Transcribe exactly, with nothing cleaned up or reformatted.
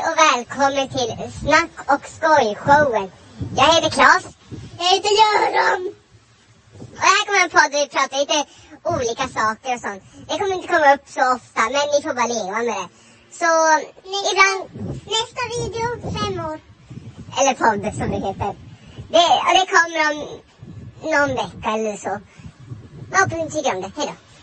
och välkommen till Snack och skoj-showen. Jag heter Claes. Jag heter Göran. Och här kommer en podd där vi pratar lite olika saker och sånt. Det kommer inte komma upp så ofta, men ni får bara leva med det. Så nästa, ibland... Nästa video, fem år. Eller podd som det heter. Det, och det kommer om någon vecka eller så. Jag hoppas ni tycker om det. Hej då.